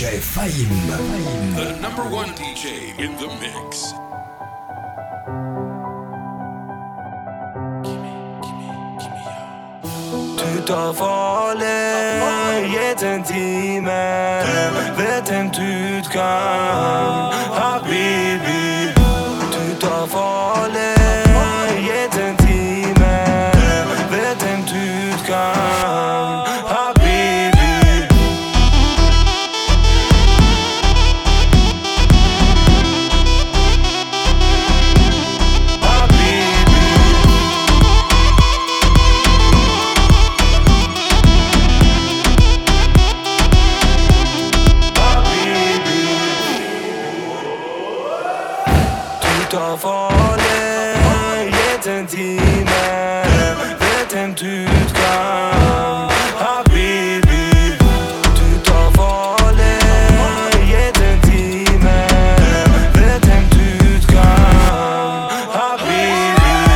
DJ Fahim. The number one DJ in the mix. Tu t'envolais, est intime. Vetem tu te calmes, Habibi. Tu t'envolais, est intime. Vetem tu te calmes, Habibi. T'envolais, est intime. Vetem tu te calmes, Habibi. Tu t'envolais, est intime. Vetem tu te calmes, Habibi.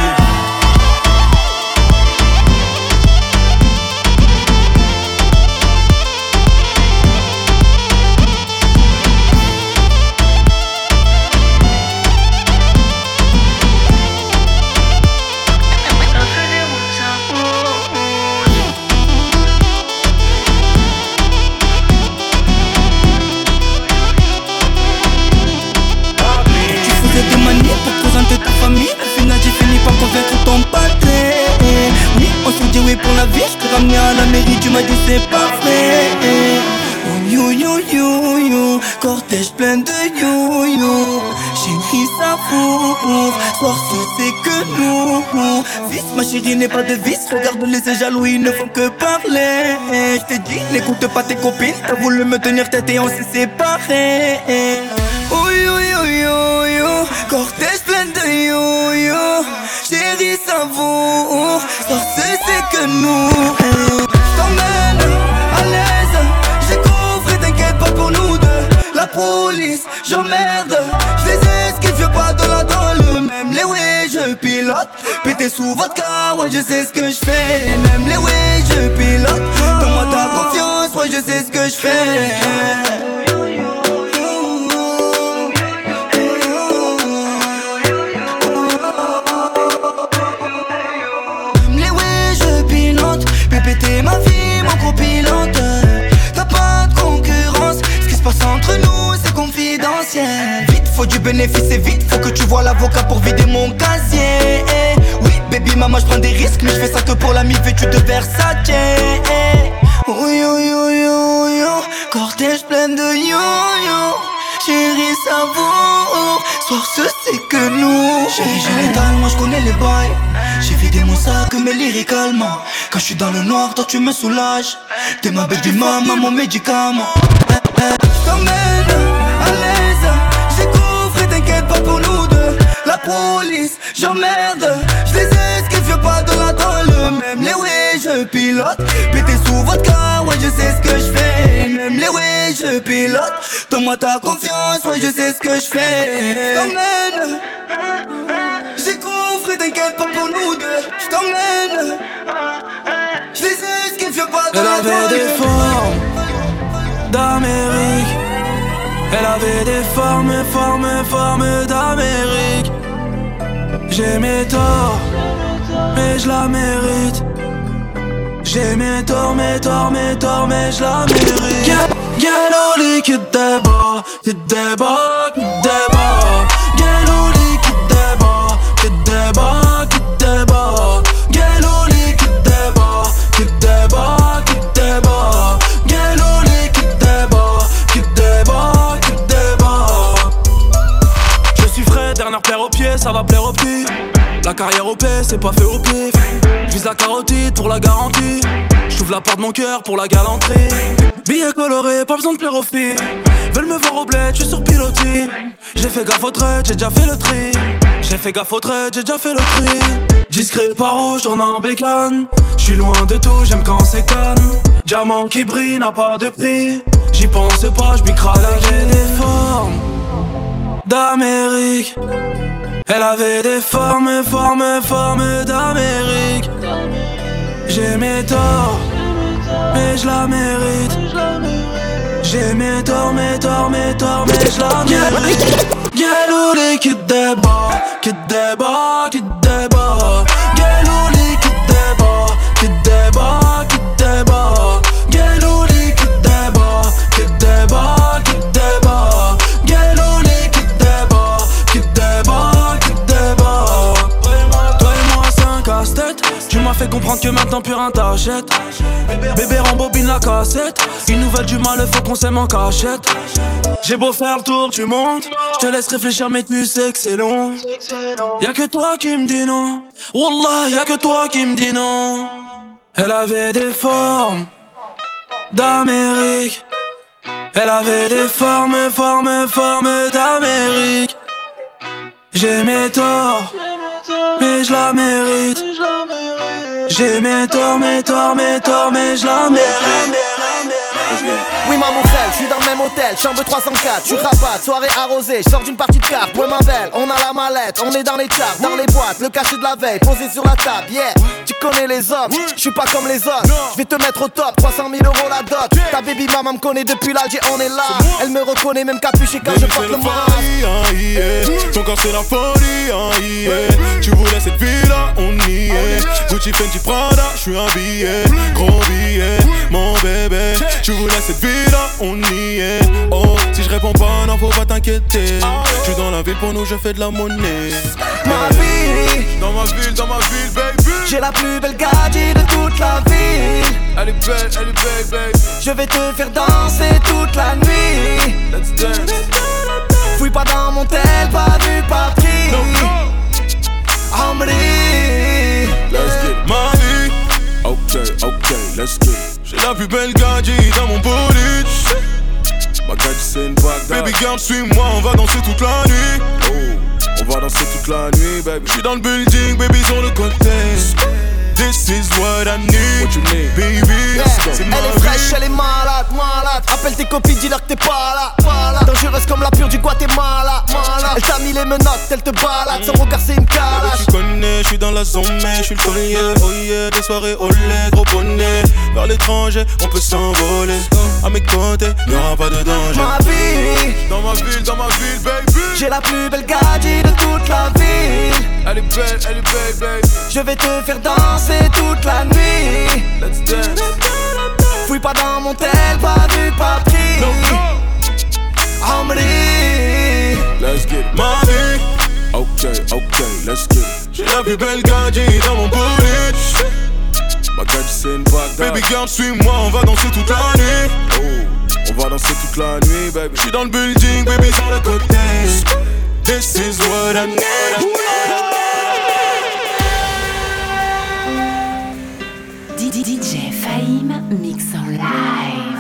Pour la vie, je t'ai ramené à la mairie, tu m'as dit c'est pas vrai. Oh yo yo yo yo, cortège plein de yo yo. Chérie Savour, soir c'est que nous. Fils, ma chérie n'est pas de vice, regarde-les ces jaloux, ils ne font que parler. Je t'ai dit, n'écoute pas tes copines, t'as voulu me tenir tête et on s'est séparés. Oh yo yo yo yo, cortège plein de yo yo. Chérie Savour, soir c'est que nous. J't'emmène à l'aise, j'découvre et t'inquiète pas pour nous deux. La police, j'emmerde, j'les esquive, y'a pas de la dolle. Même les ouais, je pilote, pété sous votre car, ouais je sais ce que j'fais. Même les ouais, je pilote, donne-moi ta confiance, ouais je sais ce que j'fais. T'es ma vie, mon copilote. T'as pas de concurrence. Ce qui se passe entre nous, c'est confidentiel. Vite, faut du bénéfice et vite, faut que tu vois l'avocat pour vider mon casier. Oui, baby, maman, j'prends des risques, mais j'fais ça que pour la mi vêtue de Versace. Oh yo yo yo yo, cortège plein de yo yo. Chérie Savour, soir ce c'est que nous. Chérie j'ai l'étal, moi j'connais les bails. J'ai vidé mon sac, mes lyricalement. Quand je suis dans le noir, toi tu me soulages. T'es ma baby maman, mon médicament. J't'emmène à l'aise, j'découvre et t'inquiète pas pour nous deux. La police, j'emmerde, j'les esquive, y'a pas de la dolle. Même les ouais, je pilote, pété sous votre car, ouais je sais ce que j'fais. Même les ouais, je pilote, donne-moi ta confiance, ouais je sais ce que j'fais. J't'emmène, j'découvre et t'inquiète pas pour nous deux. J't'emmène, j'les esquive, y'a pas de la dolle. Elle avait des formes d'Amérique. Elle avait des formes d'Amérique. J'ai mes torts, mais je la mérite. J'ai mes torts, mais je la mérite. Galoli qui débat, qui débat, qui débat. Galoli qui débat, qui débat, qui débat. Galoli qui débat, qui débat, qui débat. Galoli qui débat, qui débat, qui débat. Je suis frais, dernière paire au pied, ça va plaire aux petits. La carrière au P, c'est pas fait au pif. J'vise la carotide pour la garantie. J'ouvre la porte de mon cœur pour la galanterie. Billets colorés, pas besoin de plaire aux filles. Veulent me voir au bled, j'suis sur pilotis. J'ai fait gaffe au trait, j'ai déjà fait le tri. J'ai fait gaffe au trait, j'ai déjà fait le tri. Discret pas rouge, tourne en bécane. J'suis loin de tout, j'aime quand c'est calme. Diamant qui brille n'a pas de prix. J'y pense pas, j'bicrale avec des formes d'Amérique. Elle avait des formes d'Amérique. J'ai mes torts, mais je la mérite. J'ai mes torts, mais je la mérite. Geluli qui débat, qui débat, qui débat. Geluli qui débat, qui débat, qui débat. Geluli qui débat, qui débat, qui débat. Geluli qui débat, qui débat, qui débat. Toi et moi c'est un casse-tête. Tu m'as fait comprendre que maintenant plus rien t'achète. Bébé rembobine la cassette. Une nouvelle du mal, faut qu'on s'aime en cachette. J'ai beau faire le tour du monde, je te laisse réfléchir mais tu sais que c'est long. Y'a que toi qui me dis non. Wallah, y'a que toi qui me dis non. Elle avait des formes d'Amérique. Elle avait des formes d'Amérique. J'ai mes torts, mais je la mérite. J'ai mes torts, mais je la mérite. Oui mademoiselle, je suis dans le même hôtel, chambre 304, je suis rabat, soirée arrosée, je sors d'une partie de cartes, ouais ma belle, on a la mallette, on est dans les charts, dans les boîtes, le cachet de la veille, posé sur la table, yeah. Tu connais les hommes, je suis pas comme les autres, je vais te mettre au top, 300 000 € la dot. Ta baby maman me connaît depuis l'Alger, on est là. Elle me reconnaît même capuché quand je porte le masque. Ton corps c'est la folie, tu voulais cette vie là, on y est. Gucci, Fendi, Prada, je suis habillé, gros billet, mon bébé. Tu voulais cette vie là, on y est. Oh, si je réponds pas, non faut pas t'inquiéter. Je suis dans la ville, pour nous je fais de la monnaie. Ma vie, dans ma ville, baby. J'ai la plus belle gadget de toute la ville. Elle est belle, baby. Je vais te faire danser toute la nuit. Let's dance. Fouille pas dans mon tel, pas vu, pas pris. Amri, let's get ma vie. Ok, let's get. J'ai la plus belle gadget dans mon bolide. Ma gadget c'est une bague. Baby girl, suis-moi, on va danser toute la nuit. Oh, on va danser toute la nuit, baby. J'suis dans le building, baby sur le côté. This is what I need, baby. Yeah. Elle est fraîche, elle est malade. Appelle tes copines, dis-leur que t'es pas là. Dangereuse comme la pure du Guatemala. Elle t'a mis les menottes, elle te balade. Son regard c'est une calage. Tu connais, je suis dans la zone, mais je suis le collier. Oh yeah, des soirées au lait, gros bonnet. Vers l'étranger, on peut s'envoler. À mes côtés, y'aura pas de danger. Ma vie, dans ma ville, baby. J'ai la plus belle gadget de toute la ville. Elle est belle, baby. Je vais te faire danser toute la nuit. Let's dance. Fouille pas dans mon tel, pas vu, pas pris. Amri, let's get ma vie. Ok, let's get. J'ai la plus belle gadget dans mon bolide. Ma gadget c'est une bague. Baby girl, suis-moi, on va danser toute la nuit. Oh, on va danser toute la nuit, baby. J'suis dans le building, baby, sur le côté. This is what I need. DJ Fahim mix en live.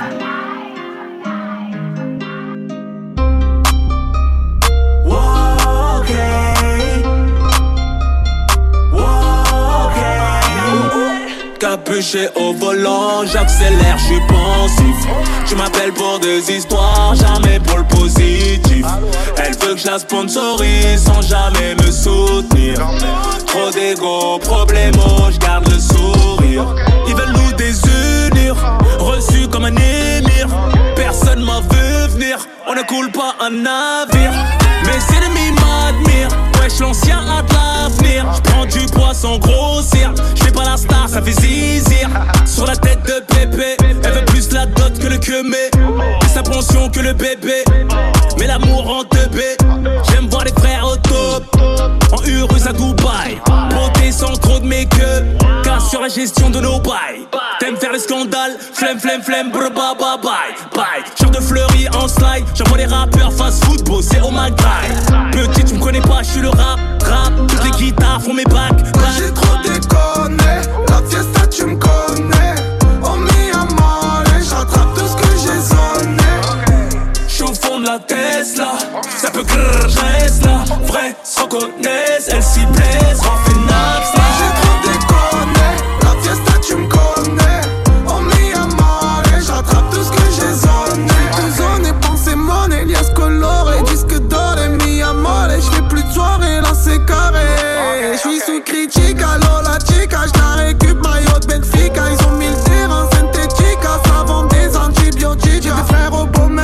Capuché au volant, j'accélère, j'suis pensif. Tu m'appelles pour des histoires, jamais pour le positif. Elle veut que je la sponsorise sans jamais me soutenir. Trop d'égo, problémo, j'garde le sourire. Ils veulent nous désunir, reçus comme un émir. Personne m'a vu venir, on ne coule pas un navire. Mes ennemis m'admirent, wesh l'ancien a de l'avenir. J'prends du poids sans grossir, j'fais pas la star, ça fait zizir. Sur la tête de Pépé, elle veut plus la dot que le queumé. Plus sa pension que le bébé, mais l'amour en teubé. J'aime voir les frères au top, en Urus à Dubaï. Beauté sans trop de make-up, casse sur la gestion de nos bails. T'aimes faire les scandales, flemme, brr, bye, bye, bye. Genre de fleurie en slide, j'envoie les rappeurs fast football, c'est au my drive. Petit, tu me connais pas, j'suis le rap. Toutes les guitares font mes bacs. J'ai trop déconné, la fiesta tu me connais. Oh mi amore, j'attrape tout ce que j'ai sonné. J'suis au fond de la Tesla, ça peut grrr, j'reste là. Vrai, sans connaisse, elle s'y plaise, on fait naps là. J'ai trop déconné, la fiesta tu me connais. Oh mi amore, j'attrape tout ce que j'ai sonné. J'ai zoné, pensée monnaie, liasse colorée, disque d'or et mi amore. J'fais plus de soirée, là c'est carré. J'suis sous critique, allo la chica, j'la récup, maillot de Benfica. Ils ont mis le terrain synthétique, ça vend des antibiotiques. J'ai des frères au beau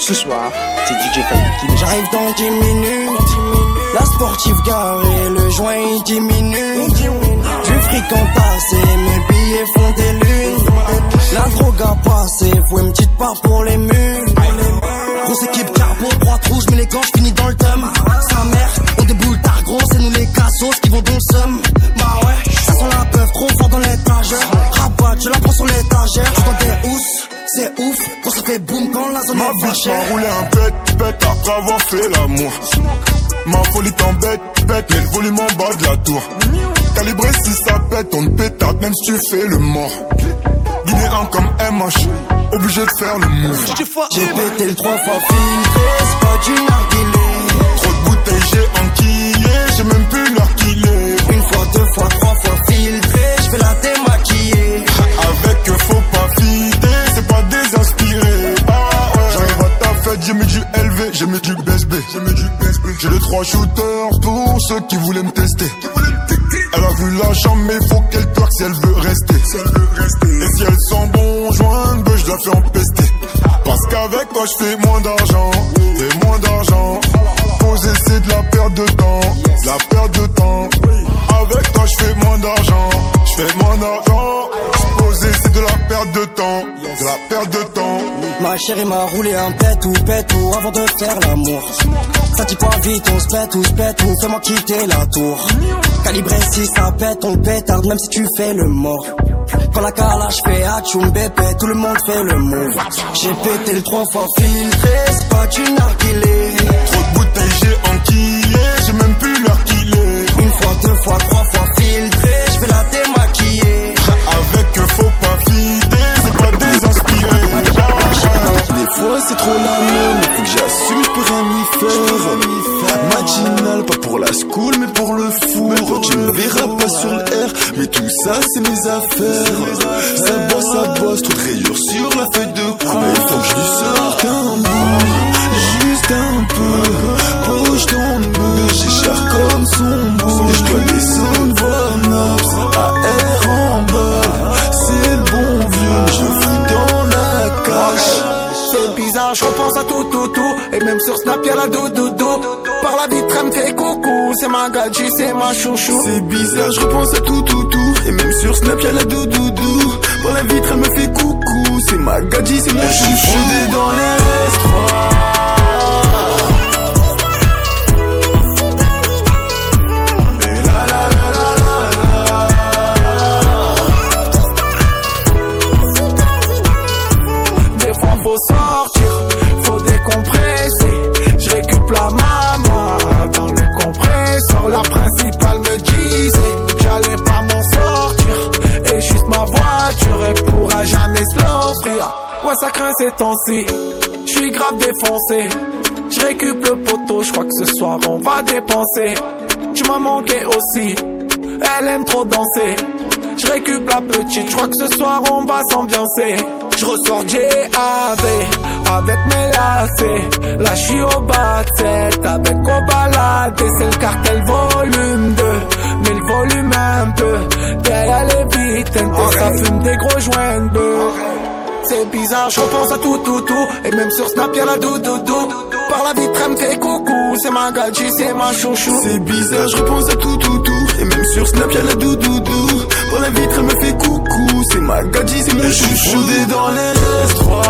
Ce soir, c'est DJ Fabiki. J'arrive dans 10 minutes. La sportive garée, le joint il diminue. Du fric en tasse et mes billets font des lunes. La drogue a passé, faut une petite part pour les mules. Grosse équipe carbo, droite rouge, mais les gants finis dans le thème. Sa mère, on déboule tard gros, c'est nous les cassos qui vont dans le seum. Bah ouais, ça sent la peuf trop fort dans l'étagère. Rabat, je la prends sur l'étagère. Je dans des housses, c'est ouf, quand ça fait boum quand la zone est pas chère. Ma roulé un pète après avoir fait l'amour. Ma folie t'embête, mais le volume en bas de la tour. Calibré si ça pète, on pétard même si tu fais le mort. Guinéen comme MH, obligé de faire le move. J'ai pété le 3 fois filtré, c'est pas du narguilé. Trop de bouteilles, j'ai enquillé, j'ai même plus l'heure qu'il est. Une fois, deux fois, trois fois filtré, j'fais la démaquiller. Avec faut pas fider, c'est pas désinspiré. Ah ouais. J'arrive à ta fête, j'ai mis du LV, j'ai mis du BSB. J'ai les 3 shooters pour ceux qui voulaient me tester. Elle a vu la chambre mais faut qu'elle twerk si elle veut rester. Et si elle sent bon joint, ben je la fais empester. Parce qu'avec toi je fais moins d'argent. Et moins d'argent. Poser c'est de la perte de temps. La perte de temps. Avec toi je fais moins d'argent. Je fais moins d'argent. Poser c'est de la perte de temps. De la perte de temps. Ma chérie m'a roulé un pétou avant de faire l'amour. Ça dit pas vite, on se pète ou fais-moi quitter la tour. Calibré si ça pète, on pétarde même si tu fais le mort. Quand la calage fait atchoum bébé, tout le monde fait le move. J'ai pété le 3 fois filtré, c'est pas du narguilé. Trop de bouteilles, j'ai enquillé, j'ai même plus l'heure qu'il est. Une fois, deux fois, trois fois filtré, j'fais la démaquiller. Avec faut pas fider, c'est pas désinspiré. Des fois c'est trop la même, faut que j'assume, j'peux rien y faire. Matinal, pas pour la school mais pour le four. Tu me verras pas sur l'air, mais tout ça c'est mes affaires. Ça bosse, trop de rayures sur la feuille de cour. Il faut que je lui sorte un bout, juste un peu. Poche ton nœud, j'ai cher comme son bout. Et je dois descendre voir Naps, AR en bas. C'est le bon vieux, je fous dans la cache. C'est bizarre, je repense à tout. Et même sur Snap y'a la doudou. Par la vitre elle me fait coucou. C'est ma gadji, c'est ma chouchou. C'est bizarre, je repense à tout. Et même sur Snap y'a la doudou. Par la vitre elle me fait coucou. C'est ma gadji, c'est mon chouchou. Fondé dans les S3. Faut sortir, faut décompresser. Je récup la maman dans le compresseur. La principale me disait j'allais pas m'en sortir. Et juste ma voiture, elle pourra jamais se l'offrir. Ouais, ça craint ces temps-ci. J'suis grave défoncé. Je récup le poteau, j'crois que ce soir on va dépenser. Tu m'as manqué aussi. Elle aime trop danser. Je récup la petite, j'crois que ce soir on va s'ambiancer. Je ressors GAV avec mes lacets. Là j'suis au bas de 7 avec au balade. Et c'est le cartel volume 2. Mais le volume un peu. Derrière les vitesses, ça fume des gros joints de. C'est bizarre, je repense à tout. Et même sur Snap y'a la doudou. Par la vitre elle me fait coucou. C'est ma gadji, c'est ma chouchou. C'est bizarre, je repense à tout. Et même sur Snap y'a la doudou. Par la vitre elle me fait coucou. C'est ma gadji, c'est mon chouchou. Fondé dans les S3.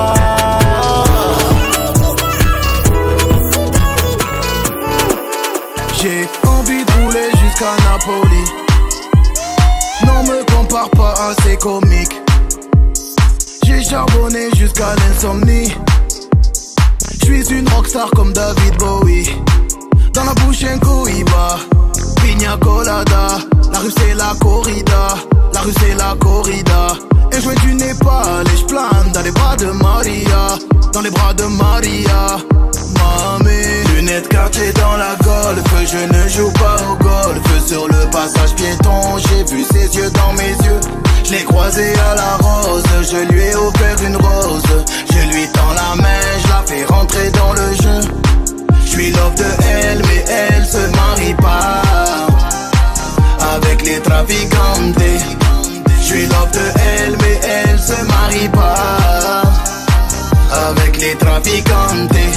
J'ai envie de rouler jusqu'à Napoli. Non me compare pas à ces comiques. J'ai charbonné jusqu'à l'insomnie. J'suis une rockstar comme David Bowie. Dans la bouche un cohiba, pina colada. La rue c'est la corrida, la rue c'est la corrida. Et je du Népal et j'plane dans les bras de Maria. Dans les bras de Maria, mamie. Lunettes quartier dans la golf, je ne joue pas au golf. Sur le passage piéton, j'ai vu ses yeux dans mes yeux. Je l'ai croisé à la rose, je lui ai offert une rose. Je lui tends la main, je la fais rentrer dans le jeu. Je suis love de elle, mais elle se marie pas avec les traficantes. Je suis love de elle, mais elle se marie pas avec les traficantes.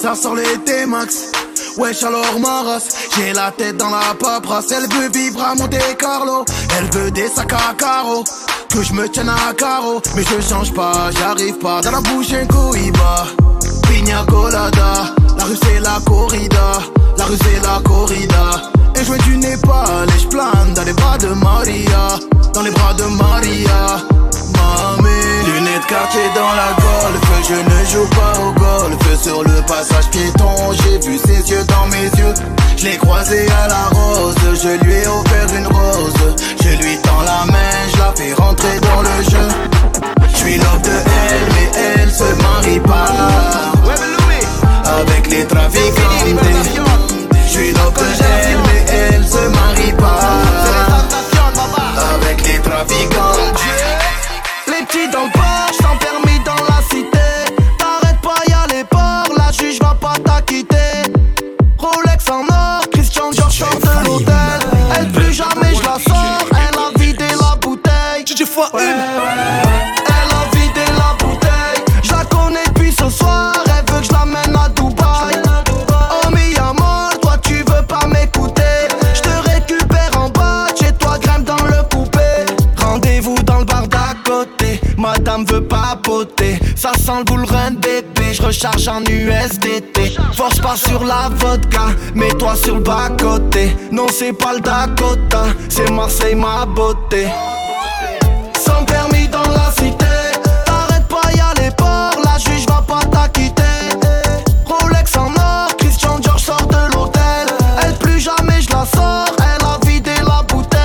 ça sort les T-Max. Wesh alors ma race, j'ai la tête dans la paperasse. Elle veut vivre à Monte Carlo, elle veut des sacs à carreaux, que je me tienne à carreau. Mais je change pas, j'arrive pas. Dans la bouche un cohiba, pina colada. La rue c'est la corrida, la rue c'est la corrida. Et je viens du Népal et je plane dans les bras de Maria, dans les bras de Maria. Mamé, lunettes quartier dans la golf, je ne joue pas au golf. Sur le passage piéton, j'ai vu ses yeux dans mes yeux. Je l'ai croisé à la rose, je lui ai offert une rose. Je lui tends la main, je la fais rentrer dans le jeu. Je suis love de elle, mais elle se marie pas avec les trafiquants. Je suis love de elle, mais elle se marie pas avec les trafiquants. Les petits dans le porche, sans permis dans la cité. T'arrêtes pas, y'a les ports, la juge va pas t'acquitter. Rolex en or, Christian Dior sort de l'hôtel. Elle plus jamais je la sors, elle a vidé la bouteille. DJ fois une. Elle a vidé la bouteille. Je la connais depuis ce soir, elle veut que je l'amène à Dubaï. Oh mi amor, toi tu veux pas m'écouter. Je te récupère en bas, chez toi grimpe dans le coupé. Rendez-vous dans le bar d'à côté, madame veut papoter. Ça sent le bull run bébé, je recharge en USDT. Force pas sur la vodka, mets-toi sur le bas-côté. Non c'est pas le Dakota, c'est Marseille ma beauté. Sans permis dans la cité, t'arrêtes pas y'a les ports, la juge va pas t'acquitter. Rolex en or, Christian Dior sort de l'hôtel. Elle plus jamais je la sors, elle a vidé la bouteille.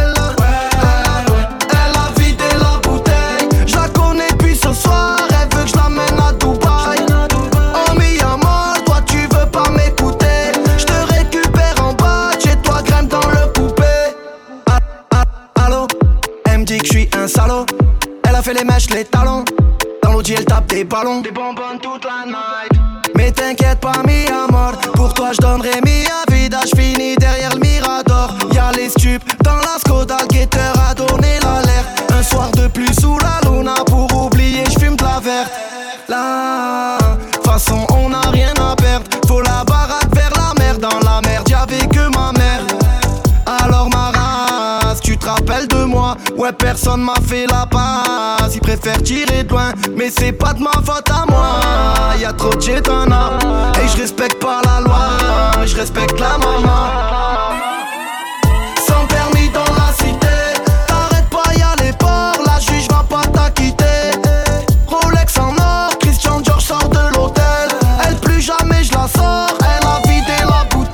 Elle a vidé la bouteille. Je la connais depuis ce soir, elle veut que je l'amène à Dubaï. Oh mi amor, toi tu veux pas m'écouter. Je te récupère en bas, chez toi grimpe dans le coupé. Allô, elle me dit que je suis un salaud. Elle a fait les mèches, les talons. Dans l'audi elle tape des ballons, des bonbonnes toute la night. Mais t'inquiète pas mi amor, pour toi je donnerai mi vida. J'finis derrière le Mirador. Y'a les stupes dans la Skoda, le guetteur a donné l'alerte. Un soir de plus sous la luna, pour oublier j'fume de la verte. Là, façon on n'a rien à perdre. Faut la baraque vers la mer, dans la merde y'avait que ma mère. Alors ma race, tu te rappelles de moi? Ouais personne m'a fait la passe. Ils préfèrent tirer de loin, mais c'est pas de ma faute à moi. Y'a trop de gétana, et je respecte pas la loi, je respecte la maman. Sans permis dans la cité, t'arrêtes pas y'a les ports, la juge va pas t'acquitter. Rolex en or, Christian Dior sort de l'hôtel. Elle plus jamais je la sors, elle a vidé la bouteille.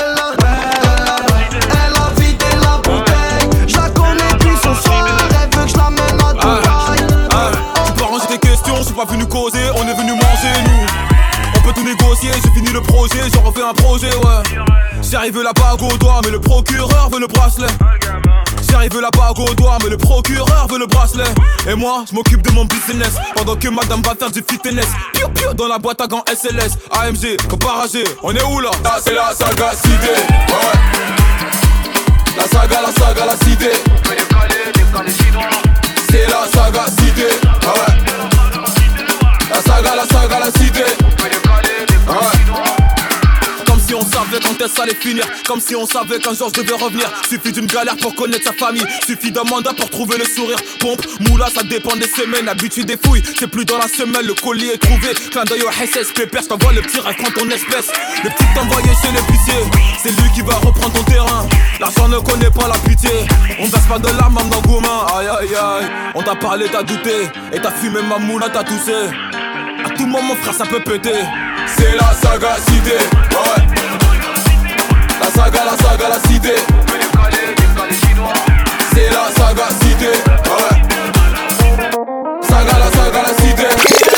Elle a vidé la bouteille. Je la connais depuis ce soir, elle veut que je l'amène à Dubaï. Tu peux arranger tes questions, je suis pas venu causer, on est venu manger nous. On peut tout négocier, j'ai fini le projet, j'en refais un projet, ouais. J'arrive la bague au doigt, mais le procureur veut le bracelet. J'arrive la bague au doigt, mais le procureur veut le bracelet. Et moi, je m'occupe de mon business, pendant que madame va faire du fitness. Piou piou dans la boîte à gants SLS. AMG, faut pas rager, on est où là? Là c'est la saga cité, ouais. La saga, la cité. C'est la saga cité, ouais. La saga, la cité. Ouais. Comme si on savait quand est-ce allait finir, comme si on savait qu'un jour je devais revenir. Suffit d'une galère pour connaître sa famille, suffit d'un mandat pour trouver le sourire. Pompe, moula, ça dépend des semaines. Habitude des fouilles, c'est plus dans la semaine. Le colis est trouvé, clin d'œil au SS. Pépère, je t'envoie le petit rêve, prends ton espèce. Le petit t'envoyé chez l'épicier, c'est lui qui va reprendre ton terrain. L'argent ne connaît pas la pitié, on verse pas de larmes dans Goumin. Aïe aïe aïe, on t'a parlé, t'as douté, et t'as fumé ma moula, t'as toussé. À tout moment frère ça peut péter. C'est la saga cité, ouais. La saga, la cité. C'est la saga cité, ouais. Saga, la cité.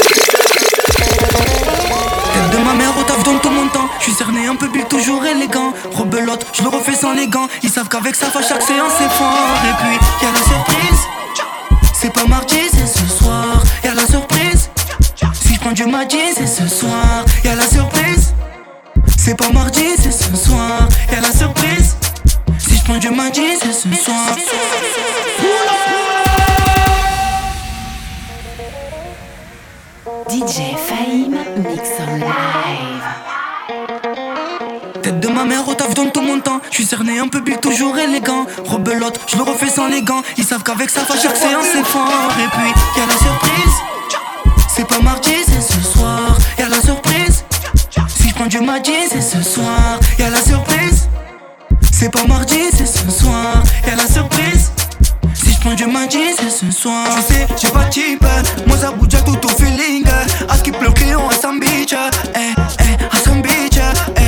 Tête de ma mère au taf donne tout mon temps. J'suis cerné un peu big, toujours élégant. Rebelote, je le refais sans les gants. Ils savent qu'avec ça, à chaque séance c'est fort. Et puis y'a la surprise. C'est pas mardi, c'est ce soir. Y'a la surprise. Si j'prends du mardi, c'est ce soir. Y'a la surprise. C'est pas mardi, c'est ce soir. Y'a la surprise. Si j'prends du mardi, c'est ce soir. DJ Fahim mix en live. ma mère au taf donne tout mon temps. J'suis cerné un peu big, toujours élégant. Rebelote, j'le refais sans les gants. Ils savent qu'avec ça, chaque séance c'est fort. Et puis y'a la surprise. C'est pas mardi, c'est ce soir. Y'a la surprise. Si j'prends du mardi, c'est ce soir. Y'a la surprise. C'est pas mardi, c'est ce soir. Y'a la surprise. Si j'prends du mardi, c'est ce soir. Tu sais, j'ai pas de type. Moi ça bouge à tout au feeling. À skip le client à Sam Beach. À Sam Beach.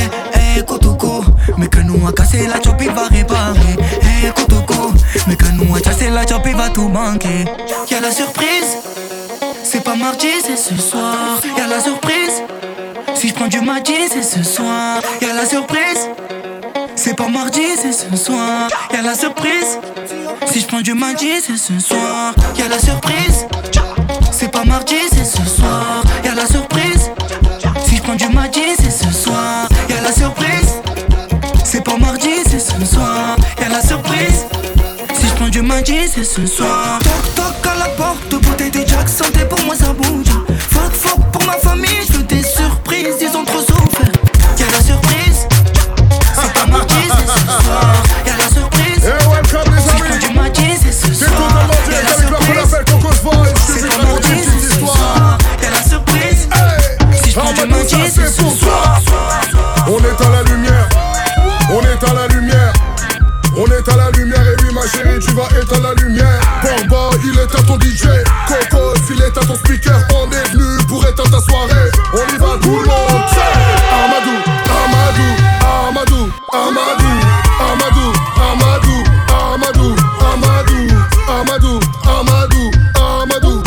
Kotoko. Mais que nous a cassé la chop, il va réparer. Kotoko. Mais que nous a cassé la chop, il va tout manquer. Y'a la surprise. C'est pas mardi, c'est ce soir. Y'a la surprise. Si j'prends du mardi, c'est ce soir. Y'a la surprise. C'est pas mardi, c'est ce soir. Y'a la surprise. Si j'prends du mardi, c'est ce soir. Y'a la surprise. C'est pas mardi, c'est ce soir. Y'a la surprise. Si j'prends du mardi, c'est ce soir. Y'a la surprise. C'est pas mardi, c'est ce soir. Y'a la surprise. Si j'prends du mardi, c'est ce soir. Toc toc à la porte, bouteille de Jack, santé pour moi ça bouge. Fuck fuck pour ma famille, je veux des surprises, ils ont trop souffert. Y'a la surprise. C'est pas mardi, c'est ce soir. Y'a la surprise. Si j'prends du mardi, c'est ce soir. Y'a la surprise. C'est pas mardi, c'est ce soir. Y'a la surprise. Si j'prends du mardi, c'est ce soir. On est à la lumière. On est à la lumière. On est à la lumière et oui ma chérie tu vas être à la lumière. Bon il est à ton DJ. Coco il est à ton speaker. On est venu pour être à ta soirée. On y va tout le monde. Amadou, Amadou, Amadou, Amadou, Amadou, Amadou, Amadou, Amadou, Amadou, Amadou, Amadou,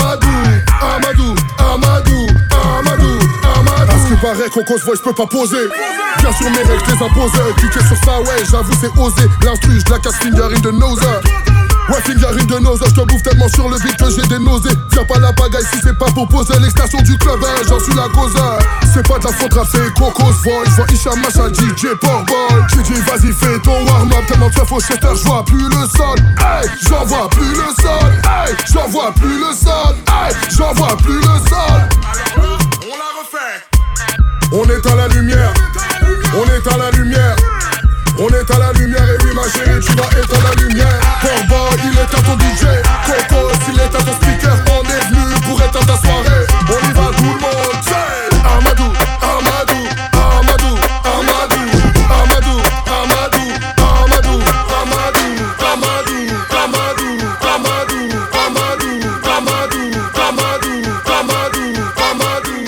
Amadou, Amadou, Amadou, Amadou. À ce qui paraît Coco's voix je peux pas poser. Bien sûr mes règles les imposer. Cliquer sur ça ouais j'avoue c'est osé. L'instru je la casse finger in the nose. Ouais finger in the nose. Je te bouffe tellement sur le beat que j'ai des nausées. Viens pas la pagaille si c'est pas pour poser. L'extension du club hein, j'en suis la cause. C'est pas de la faute rap c'est Coco's voice. Vois Isha Macha DJ Portboy. J'ai dit vas-y fais ton warm up. Tellement tu faux shatter j'vois plus le sol. Hey j'en vois plus le sol. Hey j'en vois plus le sol. Hey j'en vois plus le sol. On la refait. On est à la lumière. On est à la lumière. On est à la lumière et oui ma chérie tu vas être à la lumière. Portboy il est à ton DJ. Coco il est à ton speaker. On est venu pour être à ta soirée. On y va tout le monde. Amadou, Amadou, Amadou, Amadou, Amadou, Amadou, Amadou, Amadou, Amadou, Amadou, Amadou, Amadou, Amadou, Amadou, Amadou,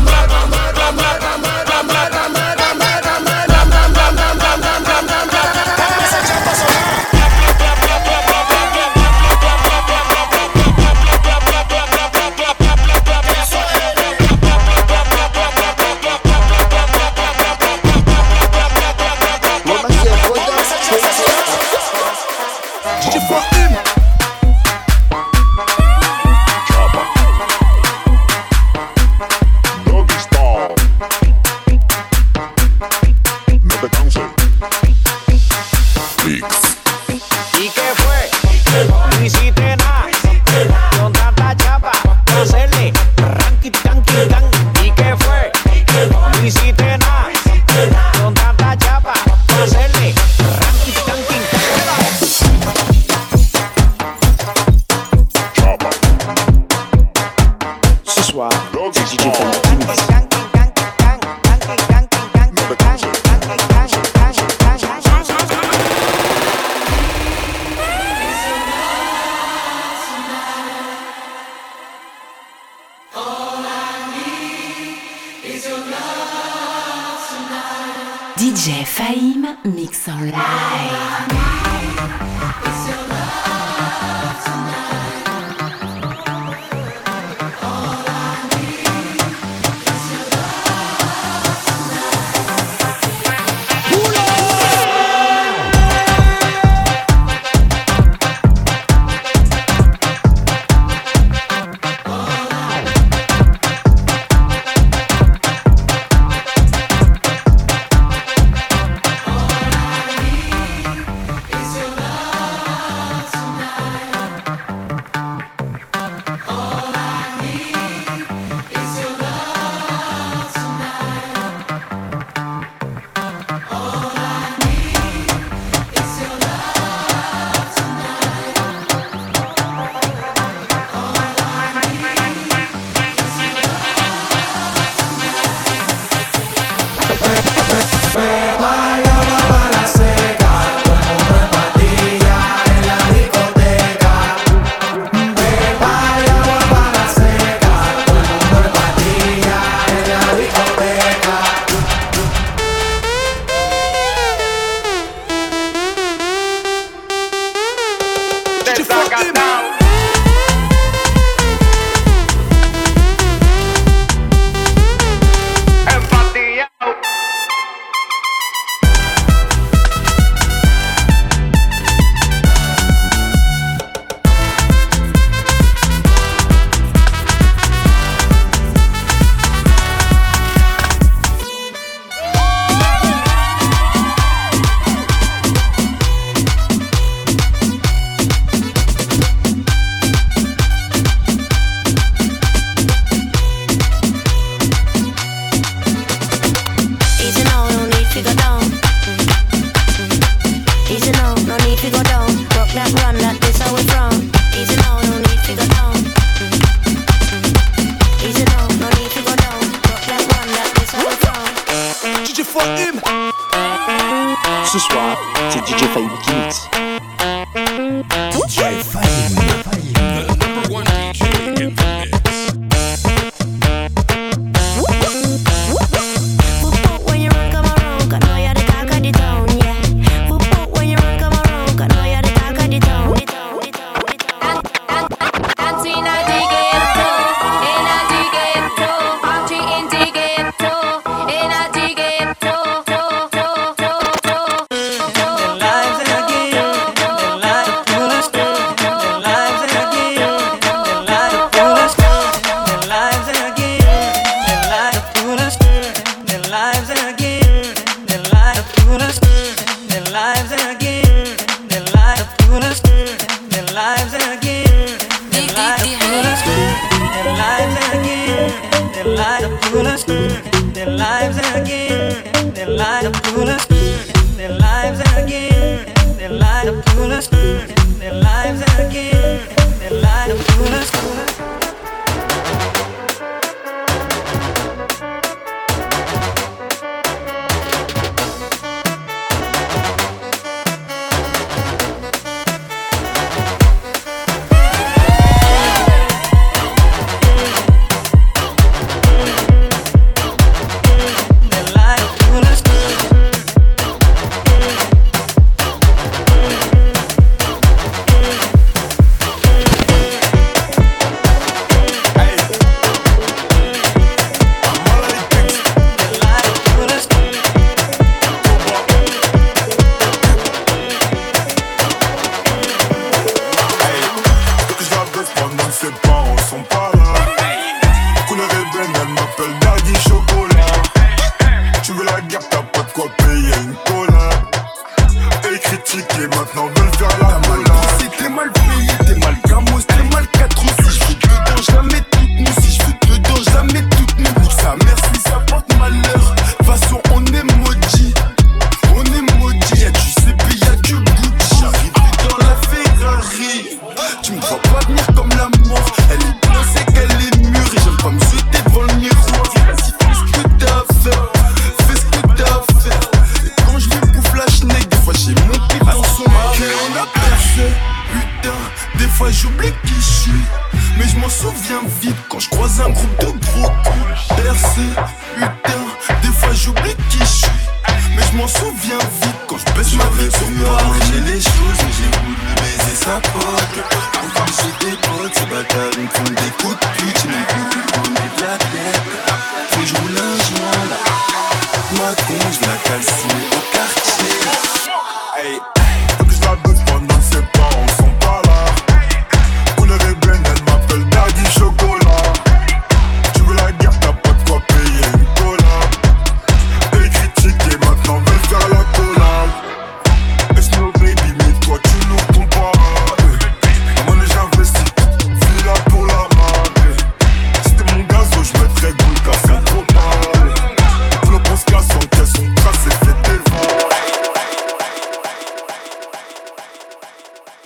DJ Fahim mix en live. Fahim. Ce soir, c'est DJ Fahim qui mixe. DJ Fahim, the number one DJ in the mix.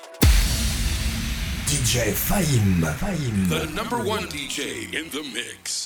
DJ Fahim, the number one DJ in the mix.